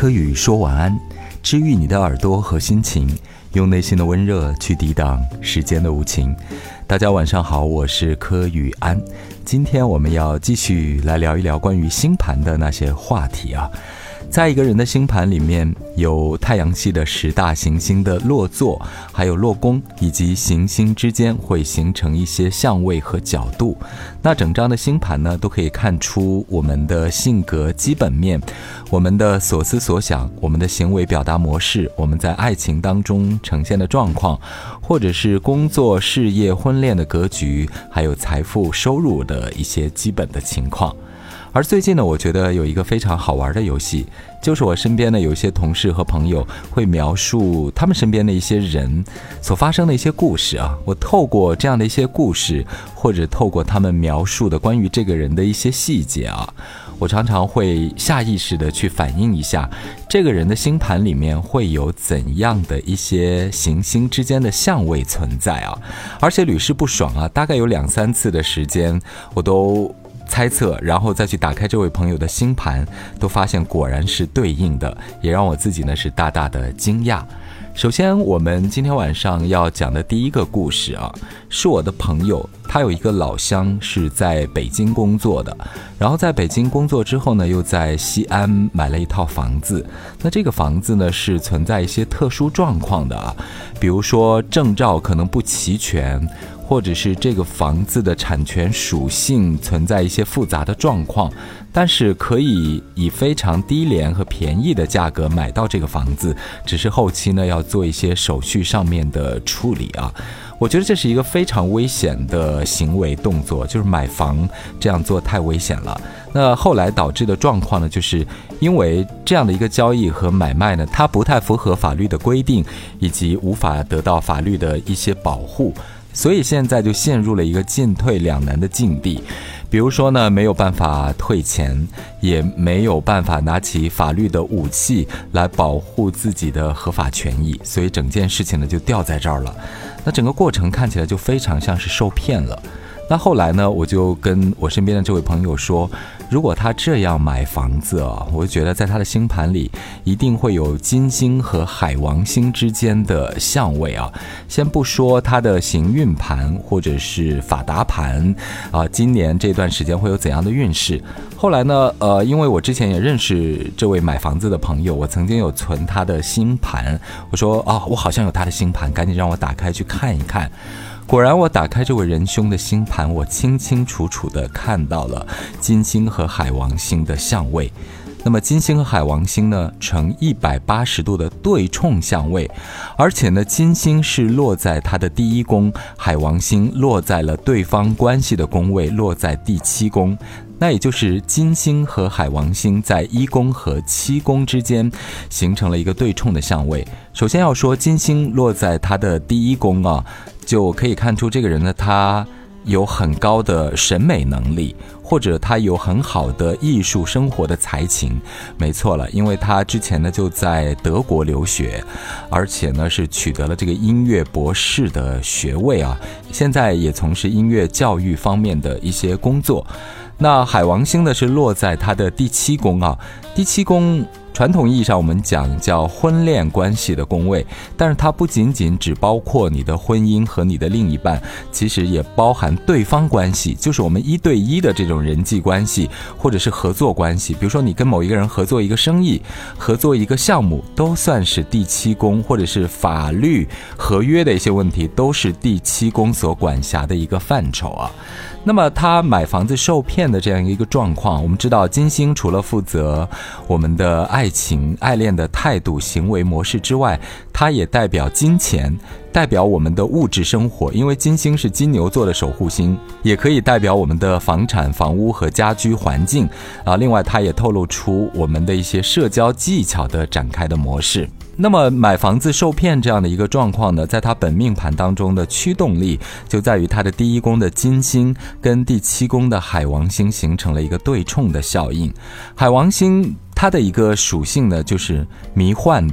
柯宇说晚安，治愈你的耳朵和心情，用内心的温热去抵挡时间的无情。大家晚上好，我是柯宇安。今天我们要继续来聊一聊关于星盘的那些话题啊。在一个人的星盘里面，有太阳系的10大行星的落座，还有落宫，以及行星之间会形成一些相位和角度。那整张的星盘呢，都可以看出我们的性格基本面，我们的所思所想，我们的行为表达模式，我们在爱情当中呈现的状况，或者是工作、事业、婚恋的格局，还有财富、收入的一些基本的情况。而最近呢，我觉得有一个非常好玩的游戏，就是我身边的有一些同事和朋友会描述他们身边的一些人所发生的一些故事啊。我透过这样的一些故事，或者透过他们描述的关于这个人的一些细节啊，我常常会下意识的去反映一下这个人的星盘里面会有怎样的一些行星之间的相位存在啊，而且屡试不爽啊，大概有2-3次的时间我都猜测，然后再去打开这位朋友的星盘，都发现果然是对应的，也让我自己呢是大大的惊讶。首先我们今天晚上要讲的第一个故事啊，是我的朋友，他有一个老乡是在北京工作的，然后在北京工作之后呢，又在西安买了一套房子。那这个房子呢是存在一些特殊状况的啊，比如说证照可能不齐全，或者是这个房子的产权属性存在一些复杂的状况，但是可以以非常低廉和便宜的价格买到这个房子，只是后期呢要做一些手续上面的处理啊。我觉得这是一个非常危险的行为动作，就是买房这样做太危险了。那后来导致的状况呢，就是因为这样的一个交易和买卖呢，它不太符合法律的规定，以及无法得到法律的一些保护，所以现在就陷入了一个进退两难的境地。比如说呢，没有办法退钱，也没有办法拿起法律的武器来保护自己的合法权益，所以整件事情呢就掉在这儿了。那整个过程看起来就非常像是受骗了。那后来呢，我就跟我身边的这位朋友说，如果他这样买房子啊，我就觉得在他的星盘里一定会有金星和海王星之间的相位啊。先不说他的行运盘或者是法达盘啊，今年这段时间会有怎样的运势。后来呢，因为我之前也认识这位买房子的朋友，我曾经有存他的星盘，我说我好像有他的星盘，赶紧让我打开去看一看。果然我打开这位仁兄的星盘，我清清楚楚地看到了金星和海王星的相位。那么金星和海王星呢呈180度的对冲相位，而且呢金星是落在它的第1宫，海王星落在了对方关系的宫位，落在第7宫。那也就是金星和海王星在1宫和7宫之间形成了一个对冲的相位。首先要说金星落在他的第1宫啊，就可以看出这个人呢，他有很高的审美能力，或者他有很好的艺术生活的才情。没错了，因为他之前呢就在德国留学，而且呢是取得了这个音乐博士的学位啊，现在也从事音乐教育方面的一些工作。那海王星呢是落在他的第7宫啊，第7宫传统意义上我们讲叫婚恋关系的宫位，但是它不仅仅只包括你的婚姻和你的另一半，其实也包含对方关系，就是我们1对1的这种人际关系，或者是合作关系。比如说你跟某一个人合作一个生意，合作一个项目，都算是第7宫，或者是法律合约的一些问题，都是第7宫所管辖的一个范畴啊。那么他买房子受骗的这样一个状况，我们知道金星除了负责我们的爱情、爱恋的态度、行为模式之外，它也代表金钱，代表我们的物质生活，因为金星是金牛座的守护星，也可以代表我们的房产、房屋和家居环境啊。另外它也透露出我们的一些社交技巧的展开的模式。那么买房子受骗这样的一个状况呢，在他本命盘当中的驱动力就在于他的第1宫的金星跟第7宫的海王星形成了一个对冲的效应。海王星它的一个属性呢，就是迷幻的、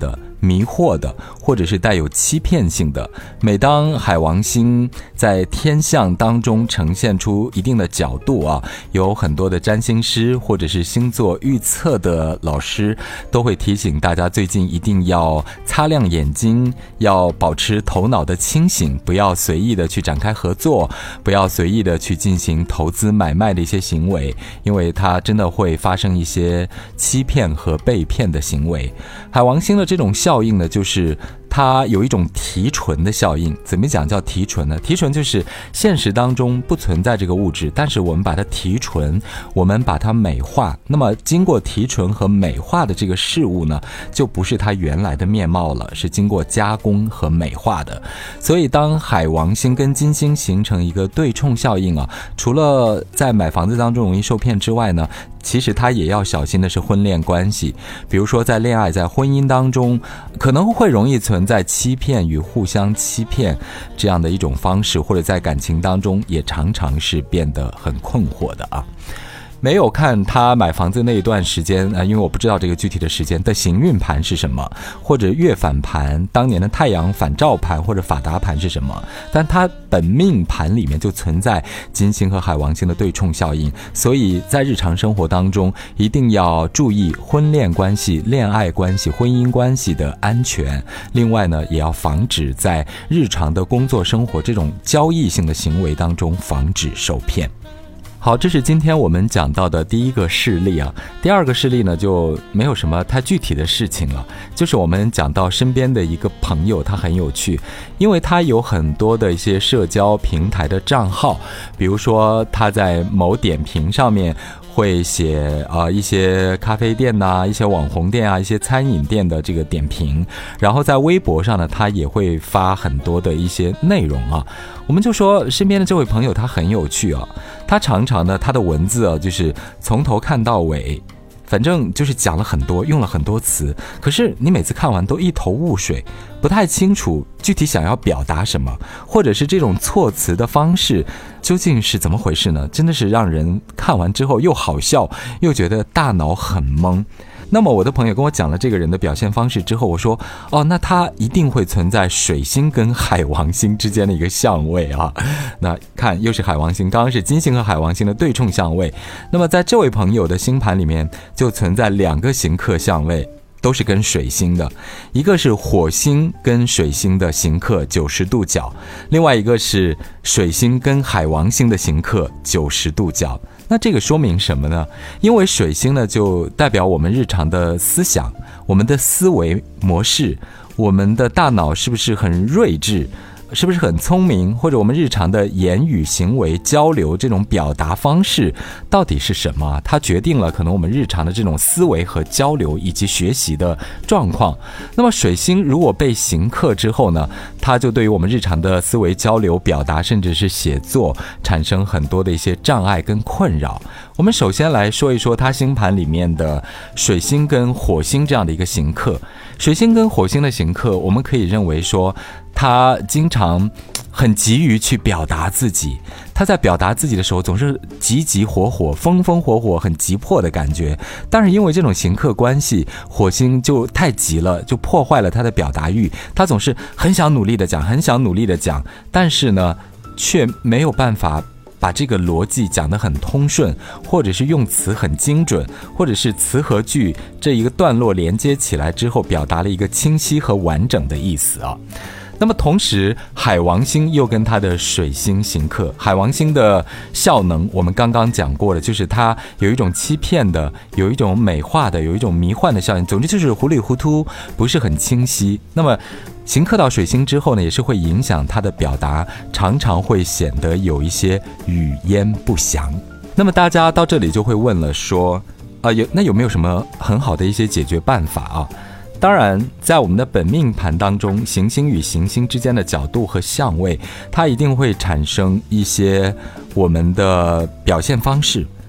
迷惑的，或者是带有欺骗性的。每当海王星在天象当中呈现出一定的角度啊，有很多的占星师或者是星座预测的老师都会提醒大家，最近一定要擦亮眼睛，要保持头脑的清醒，不要随意的去展开合作，不要随意的去进行投资买卖的一些行为，因为它真的会发生一些欺骗和被骗的行为。海王星的这种效应呢，就是它有一种提纯的效应。怎么讲叫提纯呢？提纯就是现实当中不存在这个物质，但是我们把它提纯，我们把它美化，那么经过提纯和美化的这个事物呢，就不是它原来的面貌了，是经过加工和美化的。所以当海王星跟金星形成一个对冲效应啊，除了在买房子当中容易受骗之外呢，其实他也要小心的是婚恋关系。比如说在恋爱在婚姻当中，可能会容易存在欺骗与互相欺骗这样的一种方式，或者在感情当中也常常是变得很困惑的啊。没有看他买房子那一段时间因为我不知道这个具体的时间的行运盘是什么，或者月反盘，当年的太阳反照盘或者法达盘是什么，但他本命盘里面就存在金星和海王星的对冲效应，所以在日常生活当中一定要注意婚恋关系、恋爱关系、婚姻关系的安全。另外呢，也要防止在日常的工作生活这种交易性的行为当中防止受骗。好，这是今天我们讲到的第一个事例啊。第二个事例呢，就没有什么太具体的事情了，就是我们讲到身边的一个朋友，他很有趣，因为他有很多的一些社交平台的账号，比如说他在某点评上面会写一些咖啡店一些网红店一些餐饮店的这个点评，然后在微博上呢，他也会发很多的一些内容啊。我们就说身边的这位朋友他很有趣啊，他常常呢他的文字就是从头看到尾，反正就是讲了很多，用了很多词，可是你每次看完都一头雾水，不太清楚具体想要表达什么，或者是这种措辞的方式究竟是怎么回事呢？真的是让人看完之后又好笑，又觉得大脑很懵。那么我的朋友跟我讲了这个人的表现方式之后，我说那他一定会存在水星跟海王星之间的一个相位啊。那看又是海王星，刚刚是金星和海王星的对冲相位，那么在这位朋友的星盘里面就存在2个刑克相位，都是跟水星的，一个是火星跟水星的刑克90度角，另外一个是水星跟海王星的刑克90度角。那这个说明什么呢？因为水星呢就代表我们日常的思想，我们的思维模式，我们的大脑是不是很睿智，是不是很聪明，或者我们日常的言语行为交流这种表达方式到底是什么，它决定了可能我们日常的这种思维和交流以及学习的状况。那么水星如果被刑克之后呢，它就对于我们日常的思维交流表达甚至是写作产生很多的一些障碍跟困扰。我们首先来说一说它星盘里面的水星跟火星这样的一个刑克。水星跟火星的刑克，我们可以认为说他经常很急于去表达自己，他在表达自己的时候总是急急火火、风风火火，很急迫的感觉。但是因为这种刑克关系，火星就太急了，就破坏了他的表达欲，他总是很想努力的讲，很想努力的讲，但是呢却没有办法把这个逻辑讲得很通顺，或者是用词很精准，或者是词和句这一个段落连接起来之后表达了一个清晰和完整的意思啊。那么同时海王星又跟它的水星刑克，海王星的效能我们刚刚讲过了，就是它有一种欺骗的，有一种美化的，有一种迷幻的效应，总之就是糊里糊涂，不是很清晰。那么刑克到水星之后呢，也是会影响它的表达，常常会显得有一些语焉不详。那么大家到这里就会问了说有没有什么很好的一些解决办法啊？当然在我们的本命盘当中，行星与行星之间的角度和相位，它一定会产生一些我们的表现方式。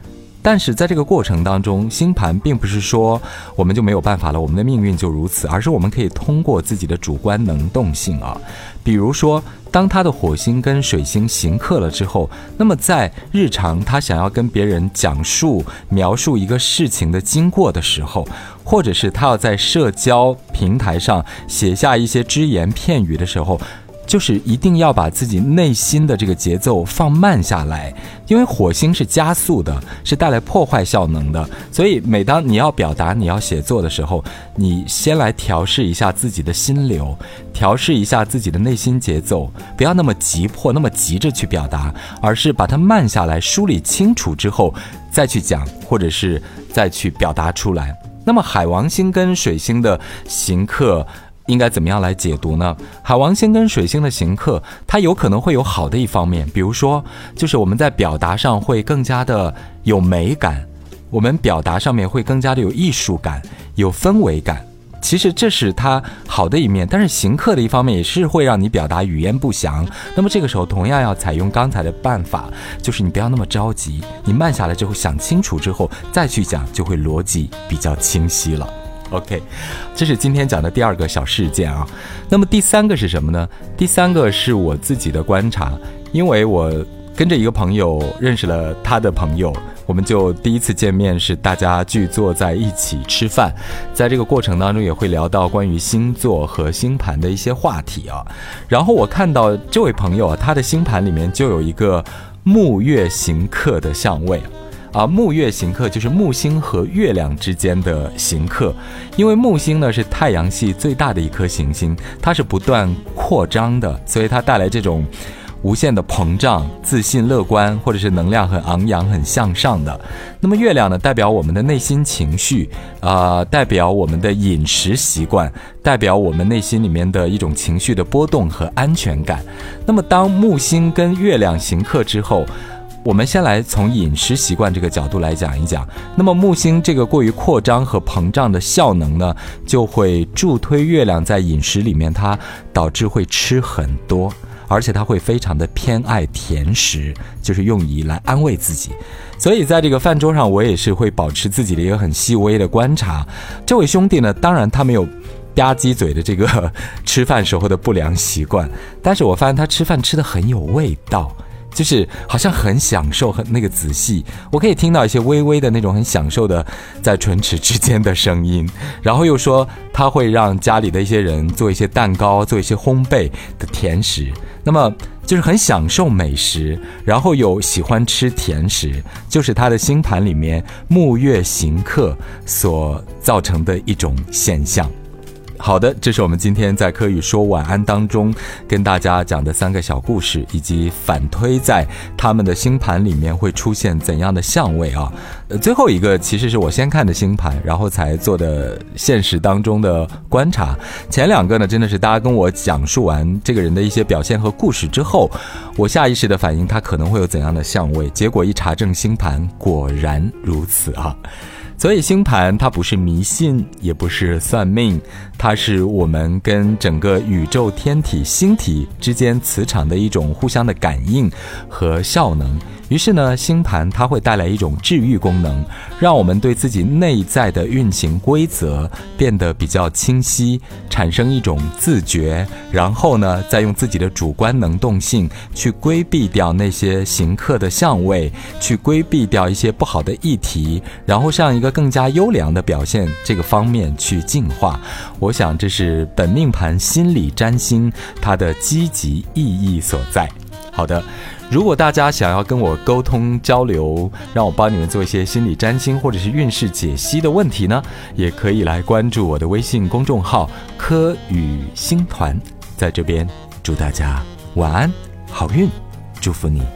但是在这个过程当中，星盘并不是说我们就没有办法了，我们的命运就如此，而是我们可以通过自己的主观能动性啊，比如说当他的火星跟水星刑克了之后，那么在日常他想要跟别人讲述描述一个事情的经过的时候，或者是他要在社交平台上写下一些只言片语的时候，就是一定要把自己内心的这个节奏放慢下来，因为火星是加速的，是带来破坏效能的，所以每当你要表达你要写作的时候，你先来调试一下自己的心流，调试一下自己的内心节奏，不要那么急迫，那么急着去表达，而是把它慢下来，梳理清楚之后再去讲，或者是再去表达出来。那么海王星跟水星的刑克应该怎么样来解读呢？海王星跟水星的刑克，它有可能会有好的一方面，比如说就是我们在表达上会更加的有美感，我们表达上面会更加的有艺术感，有氛围感，其实这是它好的一面。但是刑克的一方面也是会让你表达语言不详，那么这个时候同样要采用刚才的办法，就是你不要那么着急，你慢下来之后想清楚之后再去讲，就会逻辑比较清晰了。OK， 这是今天讲的第2个小事件啊。那么第3个是什么呢？第3个是我自己的观察，因为我跟着一个朋友认识了他的朋友，我们就第一次见面是大家聚坐在一起吃饭，在这个过程当中也会聊到关于星座和星盘的一些话题啊。然后我看到这位朋友啊，他的星盘里面就有一个木月刑克的相位啊，木月刑克就是木星和月亮之间的刑克，因为木星呢是太阳系最大的一颗行星，它是不断扩张的，所以它带来这种无限的膨胀、自信、乐观，或者是能量很昂扬、很向上的。那么月亮呢，代表我们的内心情绪，代表我们的饮食习惯，代表我们内心里面的一种情绪的波动和安全感。那么当木星跟月亮刑克之后，我们先来从饮食习惯这个角度来讲一讲。那么木星这个过于扩张和膨胀的效能呢，就会助推月亮在饮食里面，它导致会吃很多，而且它会非常的偏爱甜食，就是用以来安慰自己。所以在这个饭桌上，我也是会保持自己的一个很细微的观察。这位兄弟呢，当然他没有吧唧嘴的这个吃饭时候的不良习惯，但是我发现他吃饭吃得很有味道，就是好像很享受，很那个仔细，我可以听到一些微微的那种很享受的在唇齿之间的声音。然后又说他会让家里的一些人做一些蛋糕，做一些烘焙的甜食，那么就是很享受美食，然后有喜欢吃甜食，就是他的星盘里面木月刑克所造成的一种现象。好的，这是我们今天在科语说晚安当中跟大家讲的3个小故事，以及反推在他们的星盘里面会出现怎样的相位啊。最后一个其实是我先看的星盘，然后才做的现实当中的观察。前2个呢，真的是大家跟我讲述完这个人的一些表现和故事之后，我下意识的反应他可能会有怎样的相位，结果一查证星盘，果然如此啊。所以星盘它不是迷信，也不是算命，它是我们跟整个宇宙天体星体之间磁场的一种互相的感应和效能。于是呢，星盘它会带来一种治愈功能，让我们对自己内在的运行规则变得比较清晰，产生一种自觉，然后呢，再用自己的主观能动性去规避掉那些刑克的相位，去规避掉一些不好的议题，然后向一个更加优良的表现这个方面去进化。我想这是本命盘心理占星它的积极意义所在。好的，如果大家想要跟我沟通交流，让我帮你们做一些心理占星或者是运势解析的问题呢，也可以来关注我的微信公众号科语星团。在这边祝大家晚安，好运，祝福你。